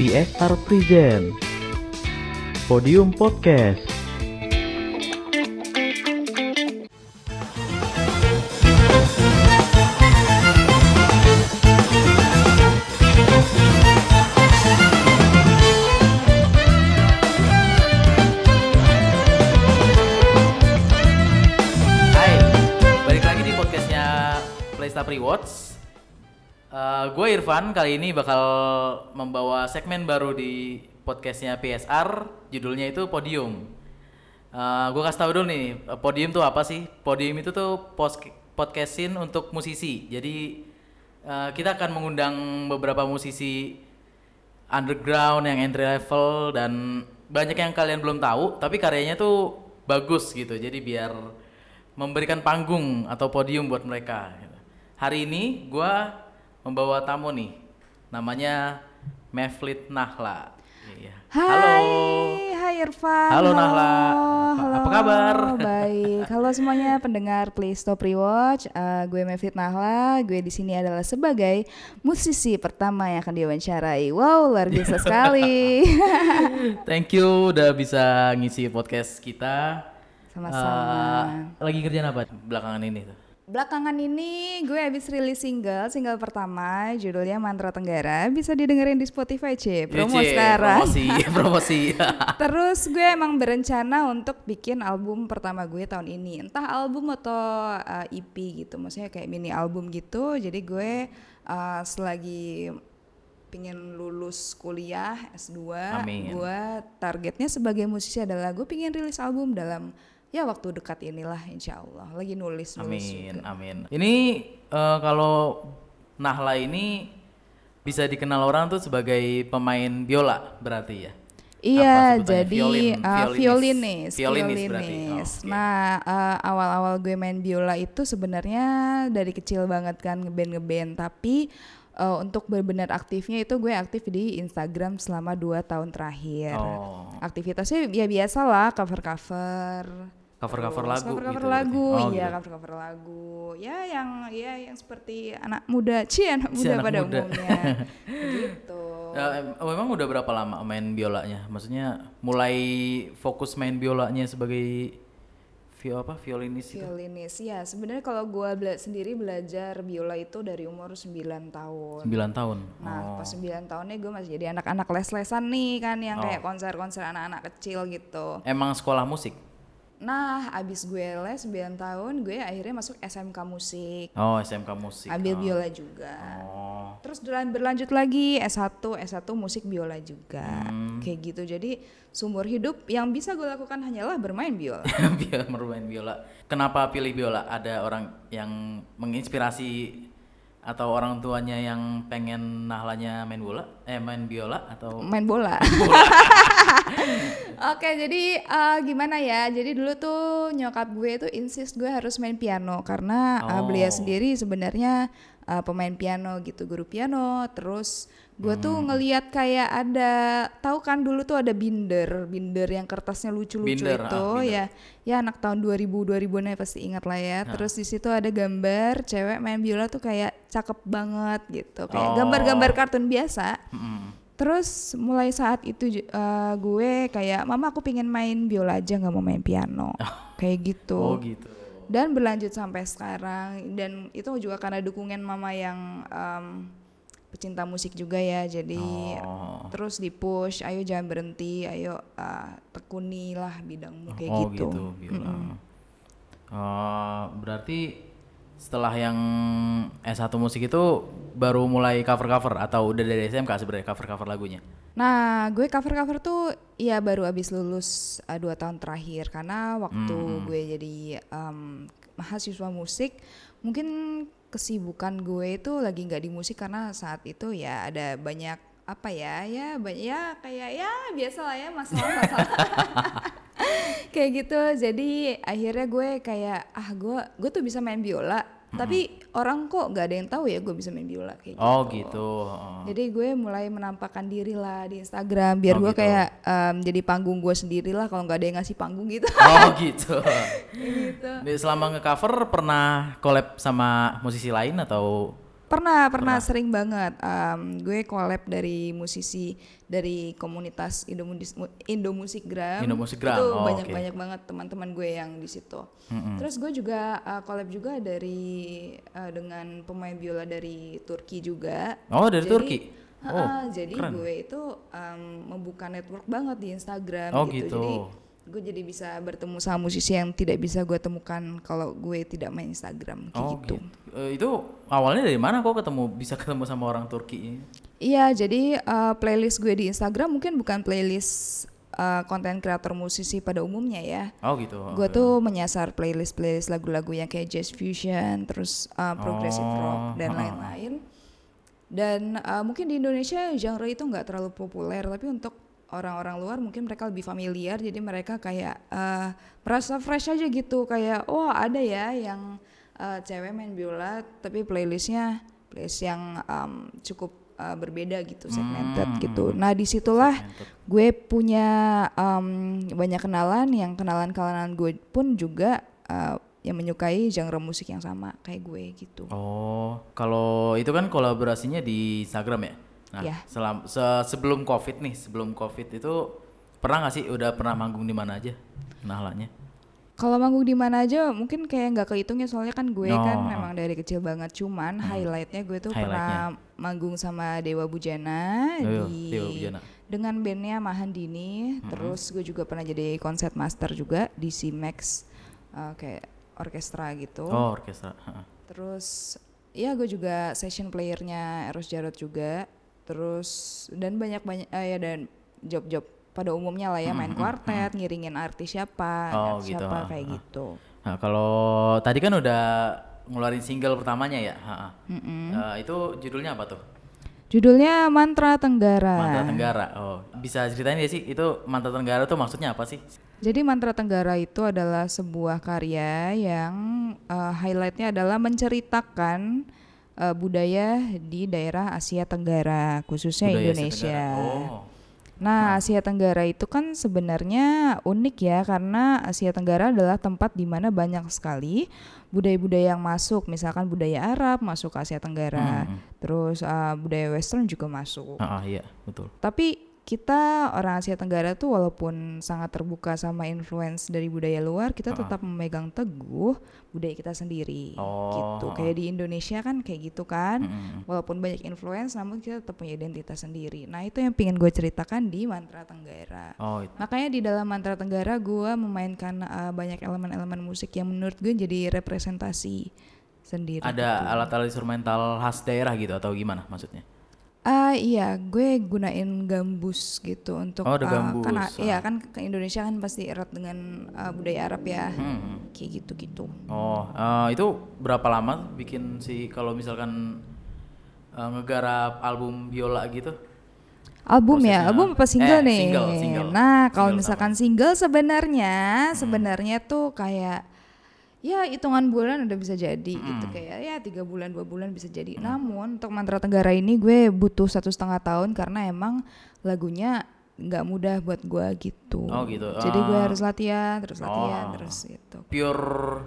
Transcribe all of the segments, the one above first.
PSR Present Podium Podcast. Hai, balik lagi di podcastnya Playstop Rewards. Gue Irfan, kali ini bakal membawa segmen baru di podcastnya PSR, judulnya itu Podium. Gue kasih tahu dulu nih, Podium tuh apa sih? Podium itu tuh podcastin untuk musisi. Jadi kita akan mengundang beberapa musisi underground yang entry level dan banyak yang kalian belum tahu, tapi karyanya tuh bagus gitu. Jadi biar memberikan panggung atau podium buat mereka. Hari ini gue membawa tamu nih, namanya Mevlit Nahla. Iya. Hai Irfan. Halo Nahla. Halo. Apa kabar? Baik. Halo semuanya pendengar Playstop Rewatch. Gue Mevlit Nahla. Gue di sini adalah sebagai musisi pertama yang akan diwawancarai. Wow, luar biasa sekali. Thank you udah bisa ngisi podcast kita. Sama-sama. Lagi kerjaan apa belakangan ini tuh? Belakangan ini gue habis rilis single pertama judulnya Mantra Tenggara. Bisa didengerin di Spotify, promo sekarang. Promosi. Terus gue emang berencana untuk bikin album pertama gue tahun ini. Entah album atau EP gitu. Maksudnya kayak mini album gitu. Jadi gue selagi pingin lulus kuliah S2, Amin. gue targetnya sebagai musisi adalah gue pingin rilis album dalam waktu dekat inilah, insya Allah. Lagi nulis Amin, juga. amin. Ini kalau Nahla ini bisa dikenal orang tuh sebagai pemain biola berarti ya? Iya, Apa sebutannya? jadi Violinis berarti. violinis. Oh, oke. Nah, awal-awal gue main biola itu sebenarnya dari kecil banget kan ngeband, tapi untuk benar-benar aktifnya itu gue aktif di Instagram selama 2 tahun terakhir. Oh. Aktivitasnya ya biasa lah, cover-cover Lagu gitu lagu, berarti. Oh, iya, gitu. cover lagu. Ya yang seperti anak muda anak pada muda. umumnya. Gitu. Memang udah berapa lama main biolanya? Maksudnya mulai fokus main biolanya sebagai violinis itu? Violinis, ya sebenarnya kalau gue sendiri belajar biola itu dari umur 9 tahun. 9 tahun? Nah pas 9 tahunnya gue masih jadi anak-anak les-lesan nih kan, yang kayak Oh. konser-konser anak-anak kecil gitu. Emang sekolah musik? Nah abis gue les 9 tahun gue akhirnya masuk SMK musik, Oh, SMK musik. ambil Oh. biola juga. Oh. Terus berlanjut lagi S1 musik biola juga. Kayak gitu. Jadi seumur hidup yang bisa gue lakukan hanyalah bermain biola. Biar bermain biola. Kenapa pilih biola? Ada orang yang menginspirasi atau orang tuanya yang pengen Nahlanya main biola atau Main bola. Oke, jadi gimana ya? Jadi dulu tuh nyokap gue tuh insist gue harus main piano karena beliau sendiri sebenarnya pemain piano gitu, guru piano. Terus gue tuh ngelihat kayak ada, tahu kan dulu tuh ada binder yang kertasnya lucu-lucu Binder, itu binder. ya anak tahun 2000-2000-an ya pasti ingat lah ya. Terus di situ ada gambar cewek main biola tuh kayak cakep banget gitu, kayak gambar-gambar kartun biasa. Terus mulai saat itu gue kayak, mama aku pengen main biola aja, nggak mau main piano, kayak gitu. Oh gitu. Dan berlanjut sampai sekarang, dan itu juga karena dukungan mama yang pecinta musik juga ya. Jadi terus di push, ayo jangan berhenti, ayo tekunilah bidangmu kayak gitu. Biola. Berarti setelah yang S1 musik itu baru mulai cover atau udah dari SMK sebenarnya cover lagunya? Nah, gue cover tuh ya baru abis lulus 2 tahun terakhir, karena waktu gue jadi mahasiswa musik, mungkin kesibukan gue itu lagi nggak di musik karena saat itu ya ada banyak kayak biasa lah ya, masalah kayak gitu. Jadi akhirnya gue kayak gue tuh bisa main biola, tapi orang kok nggak ada yang tahu ya gue bisa main biola kayak gitu. Oh gitu. Jadi gue mulai menampakkan diri lah di Instagram biar gue gitu. kayak jadi panggung gue sendiri lah kalau nggak ada yang ngasih panggung gitu. Oh gitu. Gitu. Selama nge-cover pernah collab sama musisi lain atau Pernah sering banget. Gue collab dari musisi dari komunitas Indomusikgram. Indomusikgram, Itu oh, banyak banget teman-teman gue yang di situ. Terus gue juga collab juga dengan pemain biola dari Turki juga. Oh, dari Turki. Jadi keren. gue itu membuka network banget di Instagram Oh, gitu. gitu. Jadi gue jadi bisa bertemu sama musisi yang tidak bisa gue temukan kalau gue tidak main Instagram kayak gitu. Itu awalnya dari mana kok bisa ketemu sama orang Turki? Iya, jadi playlist gue di Instagram mungkin bukan playlist konten kreator musisi pada umumnya ya. Oh gitu. Gue tuh menyasar playlist lagu-lagu yang kayak jazz fusion, terus progressive rock dan lain-lain. Dan mungkin di Indonesia genre itu nggak terlalu populer, tapi untuk orang-orang luar mungkin mereka lebih familiar, jadi mereka kayak merasa fresh aja gitu, kayak ada ya yang cewek main biola tapi playlist yang cukup berbeda gitu, segmented gitu. Nah disitulah gue punya banyak kenalan gue pun juga yang menyukai genre musik yang sama kayak gue gitu. Oh, kalau itu kan kolaborasinya di Instagram ya? Nah, Ya. sebelum COVID itu pernah nggak sih udah pernah manggung di mana aja kenalannya? Kalau manggung di mana aja mungkin kayak nggak kehitung ya, soalnya kan gue kan memang dari kecil banget. Cuman highlightnya gue tuh pernah manggung sama Dewa Bujana Dewa Bujana. dengan bandnya Mahandini. Terus gue juga pernah jadi concert master juga di C-Max kayak orkestra gitu. Oh, orkestra. Terus ya gue juga session playernya Eros Jarot juga. Terus dan banyak dan job-job pada umumnya lah ya, main kuartet, ngiringin artis siapa kayak gitu. Nah, kalau tadi kan udah ngeluarin single pertamanya ya, itu judulnya apa tuh? Judulnya Mantra Tenggara. Mantra Tenggara. Oh, bisa ceritain ya sih itu Mantra Tenggara tuh maksudnya apa sih? Jadi Mantra Tenggara itu adalah sebuah karya yang highlightnya adalah menceritakan budaya di daerah Asia Tenggara, khususnya Budaya Asia Indonesia. Tenggara. Nah, Asia Tenggara itu kan sebenarnya unik ya, karena Asia Tenggara adalah tempat di mana banyak sekali budaya-budaya yang masuk, misalkan budaya Arab masuk ke Asia Tenggara, terus budaya Western juga masuk. Iya, betul. Tapi kita orang Asia Tenggara tuh walaupun sangat terbuka sama influence dari budaya luar, kita tetap memegang teguh budaya kita sendiri gitu. Kayak di Indonesia kan kayak gitu kan, walaupun banyak influence namun kita tetap punya identitas sendiri. Nah itu yang pengen gue ceritakan di Mantra Tenggara. Makanya di dalam Mantra Tenggara gue memainkan banyak elemen-elemen musik yang menurut gue jadi representasi sendiri. Ada gitu. alat-alat instrumental khas daerah gitu atau gimana maksudnya? Iya, gue gunain gambus gitu untuk gambus. kan ke Indonesia kan pasti erat dengan budaya Arab ya, kayak gitu-gitu. Itu berapa lama bikin sih kalau misalkan ngegarap album biola gitu? Album ya, album apa single nih? Single. Nah, kalau misalkan single sebenarnya tuh kayak ya hitungan bulan udah bisa jadi gitu, kayak ya 3 bulan 2 bulan bisa jadi. Namun untuk Mantra Tenggara ini gue butuh 1,5 tahun karena emang lagunya nggak mudah buat gue gitu. Jadi gue harus latihan terus gitu. Pure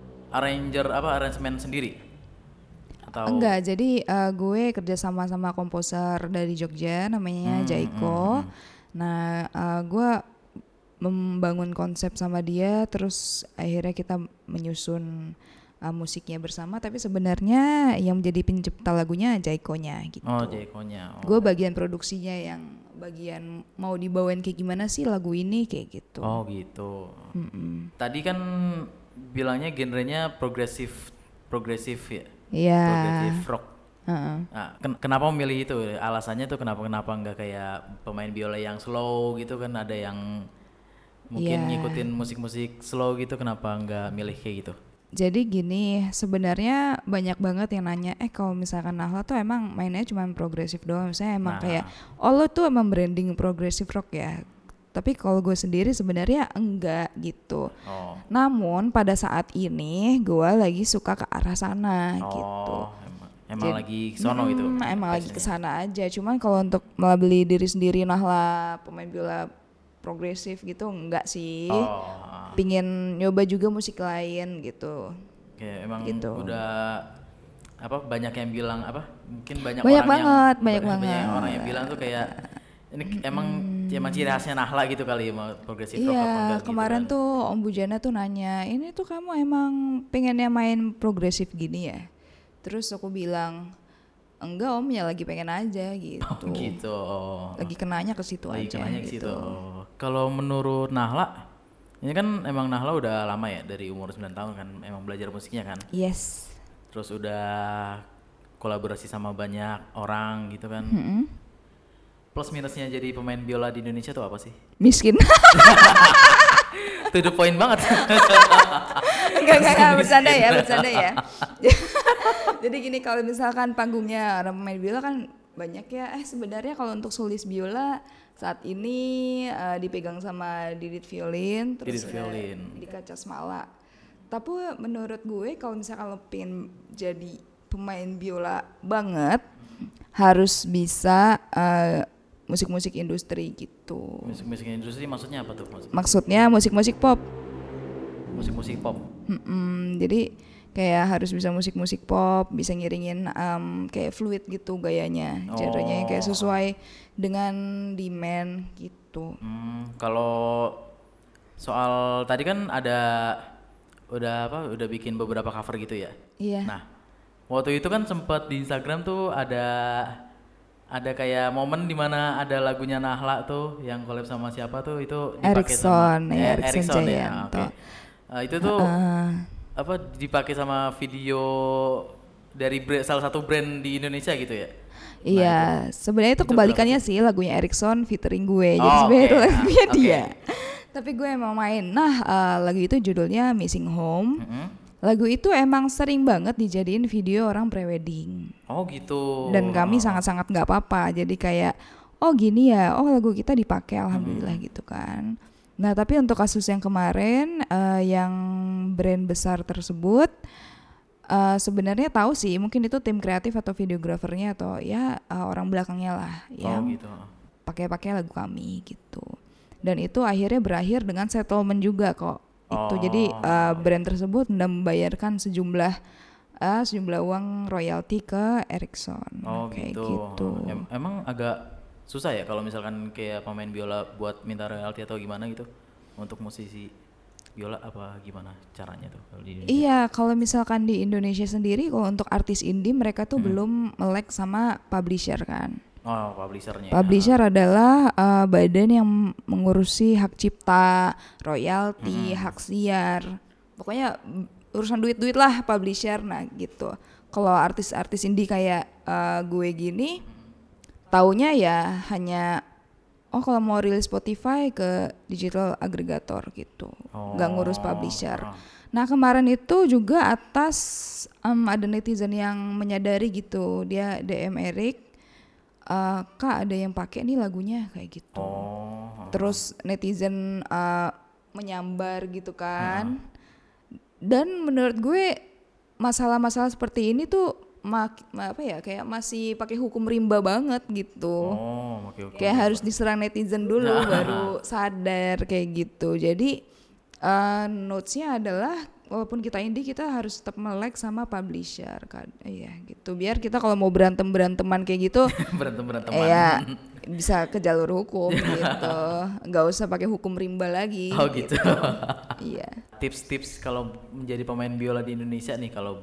arrangement sendiri atau enggak? Jadi gue kerja sama komposer dari Jogja namanya Jaiko. Nah gue membangun konsep sama dia, terus akhirnya kita menyusun musiknya bersama, tapi sebenarnya yang menjadi pencipta lagunya Jaikonya gitu. Jaikonya. Gue bagian produksinya, yang bagian mau dibawain kayak gimana sih lagu ini kayak gitu. Gitu. Tadi kan bilangnya genrenya progresif ya. Iya. Progresif rock. Nah, kenapa memilih itu? Alasannya tuh kenapa nggak kayak pemain biola yang slow gitu kan, ada yang mungkin ngikutin musik-musik slow gitu, kenapa nggak milih kayak gitu? Jadi gini, sebenarnya banyak banget yang nanya, kalau misalkan Nahla tuh emang mainnya cuma progresif doang, misalnya emang kayak, lo tuh emang branding progresif rock ya? Tapi kalau gue sendiri sebenarnya enggak gitu. Namun pada saat ini gue lagi suka ke arah sana gitu. Emang lagi sono gitu? Emang lagi kesana aja. Cuman kalau untuk melabeli diri sendiri Nahla pemain biola progresif gitu enggak sih. Pingin nyoba juga musik lain gitu. Emang gitu. udah banyak yang bilang mungkin banyak Banyak orang banget, yang banyak banyak banget. orang yang bilang tuh kayak ini emang ciri khasnya Nahla gitu kali ya, mau progresif rock apa Iya, enggak gitu kemarin kan. tuh Om Bujana tuh nanya, ini tuh kamu emang pengennya main progresif gini ya? Terus aku bilang, enggak Om, ya lagi pengen aja gitu. Gitu. Lagi kenanya ke situ Lagi aja kenanya ke gitu. situ. Kalau menurut Nahla, ini kan emang Nahla udah lama ya, dari umur 9 tahun kan emang belajar musiknya kan. Yes. Terus udah kolaborasi sama banyak orang gitu kan. Plus minusnya jadi pemain biola di Indonesia tuh apa sih? Miskin. To the point banget. Enggak, bercanda ya. Jadi gini, kalau misalkan panggungnya orang pemain biola kan banyak ya. Sebenarnya kalau untuk solis biola saat ini dipegang sama Didit Violin, terus Didit Violin. di Kaca Smala. Tapi menurut gue kalau misalkan lo pengen jadi pemain biola banget, harus bisa musik-musik industri gitu. Musik-musik industri maksudnya apa tuh? Maksudnya musik-musik pop. Musik-musik pop. Jadi kayak harus bisa musik-musik pop, bisa ngiringin kayak fluid gitu gayanya, genrenya yang kayak sesuai dengan demand gitu. Kalau soal tadi kan udah bikin beberapa cover gitu ya. Iya. Nah, waktu itu kan sempat di Instagram tuh ada kayak momen dimana ada lagunya Nahla tuh yang collab sama siapa tuh, itu dipakai sama Erikson Oke. Jayanto. Itu tuh dipakai sama video dari salah satu brand di Indonesia gitu ya. Iya, sebenarnya itu kebalikannya sih, lagunya Erikson featuring gue. Jadi Oh, sebenarnya oke. itu lagunya Oke. dia. Tapi gue emang main. Nah, lagu itu judulnya Missing Home. Lagu itu emang sering banget dijadiin video orang prewedding. Oh gitu. Dan kami sangat-sangat nggak apa-apa. Jadi kayak, oh gini ya, oh lagu kita dipakai, alhamdulillah gitu kan. Nah tapi untuk kasus yang kemarin, yang brand besar tersebut, sebenarnya tahu sih, mungkin itu tim kreatif atau videografernya atau ya orang belakangnya lah, yang gitu. pakai lagu kami gitu. Dan itu akhirnya berakhir dengan settlement juga kok. Itu jadi brand tersebut membayarkan sejumlah uang royalti ke Erikson. Oh kayak gitu. Emang agak susah ya kalau misalkan kayak pemain biola buat minta royalti atau gimana gitu untuk musisi biola, apa gimana caranya tuh kalau di Indonesia? Iya, kalau misalkan di Indonesia sendiri, kalau untuk artis indie mereka tuh belum melek sama publisher kan. Oh, publishernya. Publisher adalah badan yang mengurusi hak cipta, royalti, hak siar. Pokoknya urusan duit-duit lah publisher. Nah gitu. Kalau artis-artis indie kayak gue gini, taunya ya hanya kalau mau rilis Spotify ke digital aggregator gitu. Nggak ngurus publisher. Nah kemarin itu juga atas ada netizen yang menyadari gitu. Dia DM Erik, Kak ada yang pakai nih lagunya kayak gitu. Terus netizen menyambar gitu kan. Dan menurut gue masalah-masalah seperti ini tuh kayak masih pakai hukum rimba banget gitu. Okay. Kayak harus diserang netizen dulu baru sadar kayak gitu. Jadi notesnya adalah walaupun kita indie, kita harus tetap melek sama publisher kan. Iya gitu. Biar kita kalau mau beranteman kayak gitu berantem-beranteman. ya bisa ke jalur hukum gitu. Nggak usah pakai hukum rimba lagi. Oh gitu. Iya. Tips-tips kalau menjadi pemain biola di Indonesia nih, kalau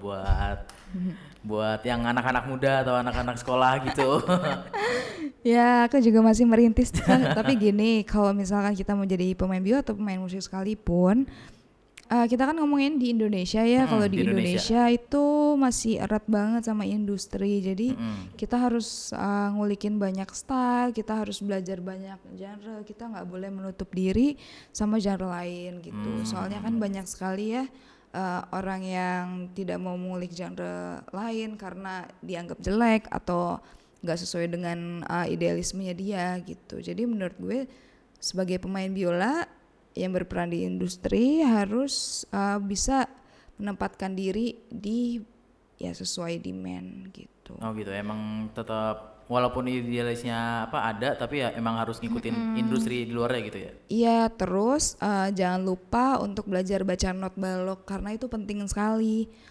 buat yang anak-anak muda atau anak-anak sekolah gitu. Ya aku juga masih merintis. Tapi gini, kalau misalkan kita mau jadi pemain biola atau pemain musik sekalipun, kita kan ngomongin di Indonesia ya. Kalau di Indonesia itu masih erat banget sama industri. Jadi kita harus ngulikin banyak style, kita harus belajar banyak genre. Kita nggak boleh menutup diri sama genre lain gitu. Soalnya kan banyak sekali ya orang yang tidak mau mengulik genre lain karena dianggap jelek atau nggak sesuai dengan idealismenya dia gitu. Jadi menurut gue sebagai pemain biola yang berperan di industri harus bisa menempatkan diri di ya sesuai demand gitu. Oh gitu, emang tetap walaupun idealisnya ada, tapi ya emang harus ngikutin industri di luarnya gitu ya. Iya, terus jangan lupa untuk belajar baca not balok karena itu penting sekali.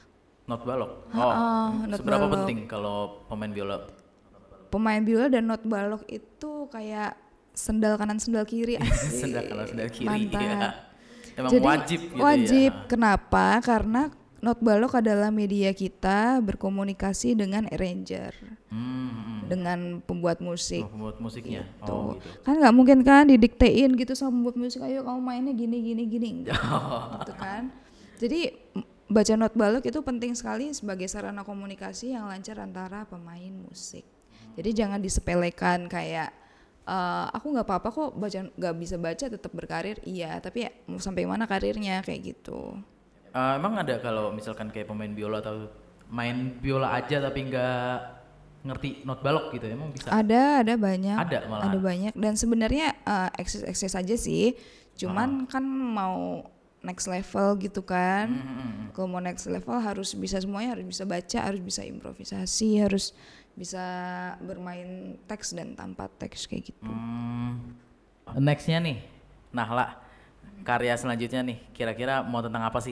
Not balok. not Seberapa balok. penting kalau pemain biola? Pemain biola dan not balok itu kayak sendal kanan sendal kiri. Asik. Sendal kanan sendal kiri. Mantap. Ya. Emang Jadi, wajib gitu wajib. ya. Kenapa? Karena not balok adalah media kita berkomunikasi dengan arranger, dengan pembuat musik. Pembuat musiknya. Gitu. Oh gitu. Kan nggak mungkin kan didiktein gitu sama pembuat musik, ayo kamu mainnya gini enggak. Gitu kan. Jadi baca not balok itu penting sekali sebagai sarana komunikasi yang lancar antara pemain musik. Jadi jangan disepelekan kayak aku nggak apa-apa kok nggak bisa baca tetap berkarir, iya, tapi ya mau sampai mana karirnya kayak gitu. Emang ada kalau misalkan kayak pemain biola atau main biola aja tapi nggak ngerti not balok gitu, emang bisa? Ada banyak. Ada malah. Ada banyak dan sebenarnya ekses aja sih. Cuman kan mau next level gitu kan. Kalau mau next level harus bisa semuanya, harus bisa baca, harus bisa improvisasi, harus bisa bermain teks dan tanpa teks kayak gitu. Nextnya nih, Nahla, karya selanjutnya nih, kira-kira mau tentang apa sih?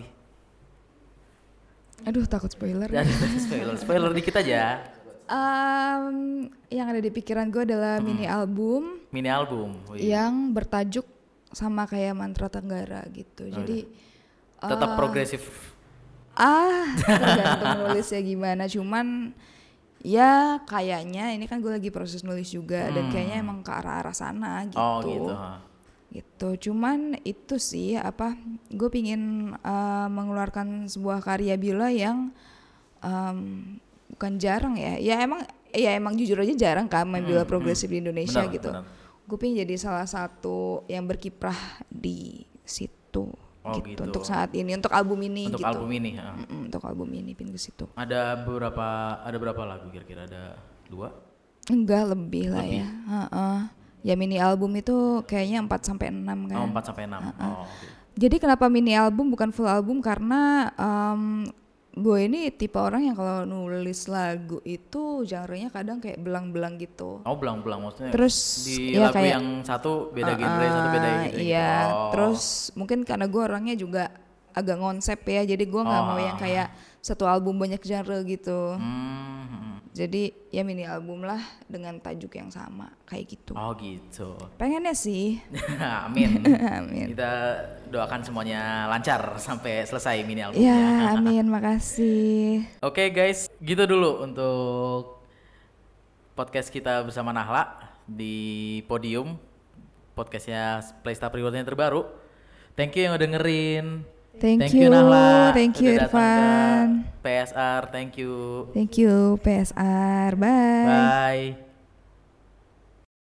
Aduh takut spoiler. Spoiler dikit aja. Yang ada di pikiran gue adalah mini album. Mini album. Yang bertajuk sama kayak Mantra Tenggara gitu. Jadi tetap progresif. Tergantung nulisnya gimana. Cuman ya kayaknya ini kan gue lagi proses nulis juga dan kayaknya emang ke arah-arah sana gitu. Oh gitu. Gitu. Cuman itu sih gue pingin mengeluarkan sebuah karya biola yang bukan jarang ya. Ya emang jujur aja jarang kan main biola progresif di Indonesia gitu. Gue pingin jadi salah satu yang berkiprah di situ. Gitu. Untuk saat ini, untuk album ini untuk gitu. Album ini, untuk album ini pin ke situ. Ada berapa lagu kira-kira? Ada 2? Enggak, lebih lah ya. Ya mini album itu kayaknya 4 sampai 6 kan. 4 sampai 6. Okay. Jadi kenapa mini album bukan full album, karena gue ini tipe orang yang kalau nulis lagu itu genre-nya kadang kayak belang-belang gitu. Oh, belang-belang maksudnya. Terus di ya lagu kayak, yang satu beda genre, satu beda gitu. Iya, terus mungkin karena gue orangnya juga agak konsep ya, jadi gue nggak mau yang kayak satu album banyak genre gitu. Jadi ya mini album lah dengan tajuk yang sama kayak gitu. Oh gitu. Pengennya sih. Amin. Amin. Kita doakan semuanya lancar sampai selesai mini albumnya. Ya, amin, makasih. Oke guys, gitu dulu untuk podcast kita bersama Nahla di Podium, podcastnya Playstyle Reward yang terbaru. Thank you yang udah dengerin. Thank you Nahla. Thank you Udah datang Irfan. ke PSR, thank you. Thank you PSR. Bye.